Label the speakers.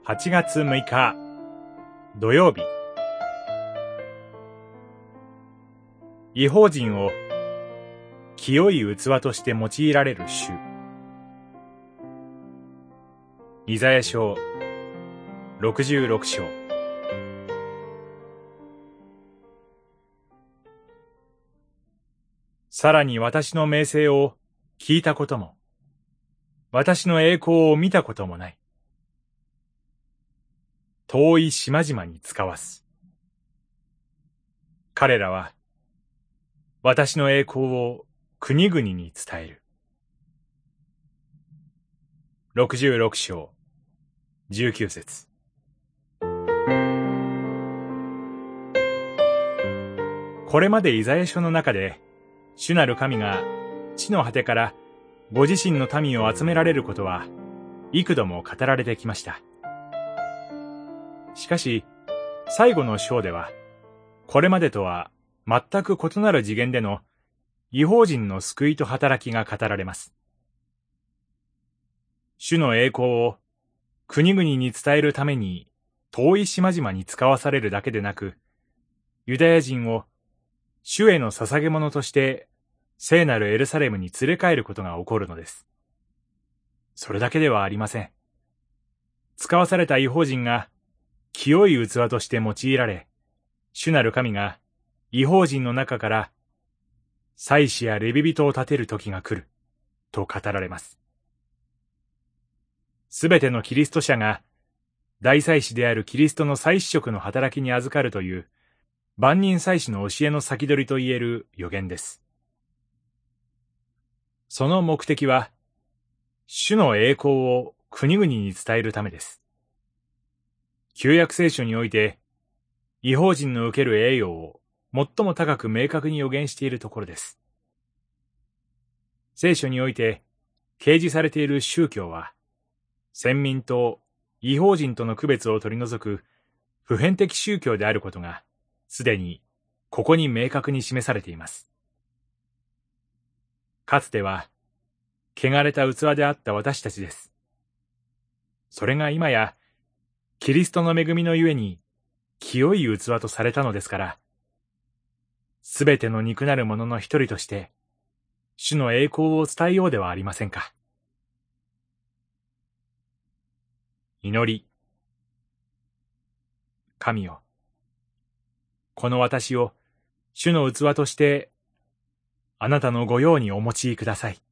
Speaker 1: 8月6日土曜日、異邦人を清い器として用いられる主。イザヤ書66章。さらに私の名声を聞いたことも、私の栄光を見たこともない。遠い島々に使わす。彼らは、私の栄光を国々に伝える。66章、19節。これまでイザヤ書の中で、主なる神が地の果てからご自身の民を集められることは幾度も語られてきました。しかし、最後の章では、これまでとは全く異なる次元での異邦人の救いと働きが語られます。主の栄光を国々に伝えるために遠い島々に使わされるだけでなく、ユダヤ人を主への捧げ物として聖なるエルサレムに連れ帰ることが起こるのです。それだけではありません。使わされた異邦人が清い器として用いられ、主なる神が異邦人の中から祭司やレビ人を立てる時が来ると語られます。すべてのキリスト者が大祭司であるキリストの祭司職の働きに預かるという万人祭司の教えの先取りといえる予言です。その目的は、主の栄光を国々に伝えるためです。旧約聖書において、異邦人の受ける栄誉を最も高く明確に予言しているところです。聖書において掲示されている宗教は、先民と異邦人との区別を取り除く普遍的宗教であることが、すでにここに明確に示されています。かつては、汚れた器であった私たちです。それが今や、キリストの恵みのゆえに、清い器とされたのですから、すべての肉なる者の一人として、主の栄光を伝えようではありませんか。祈り。神よ、この私を主の器として、あなたの御用にお用いください。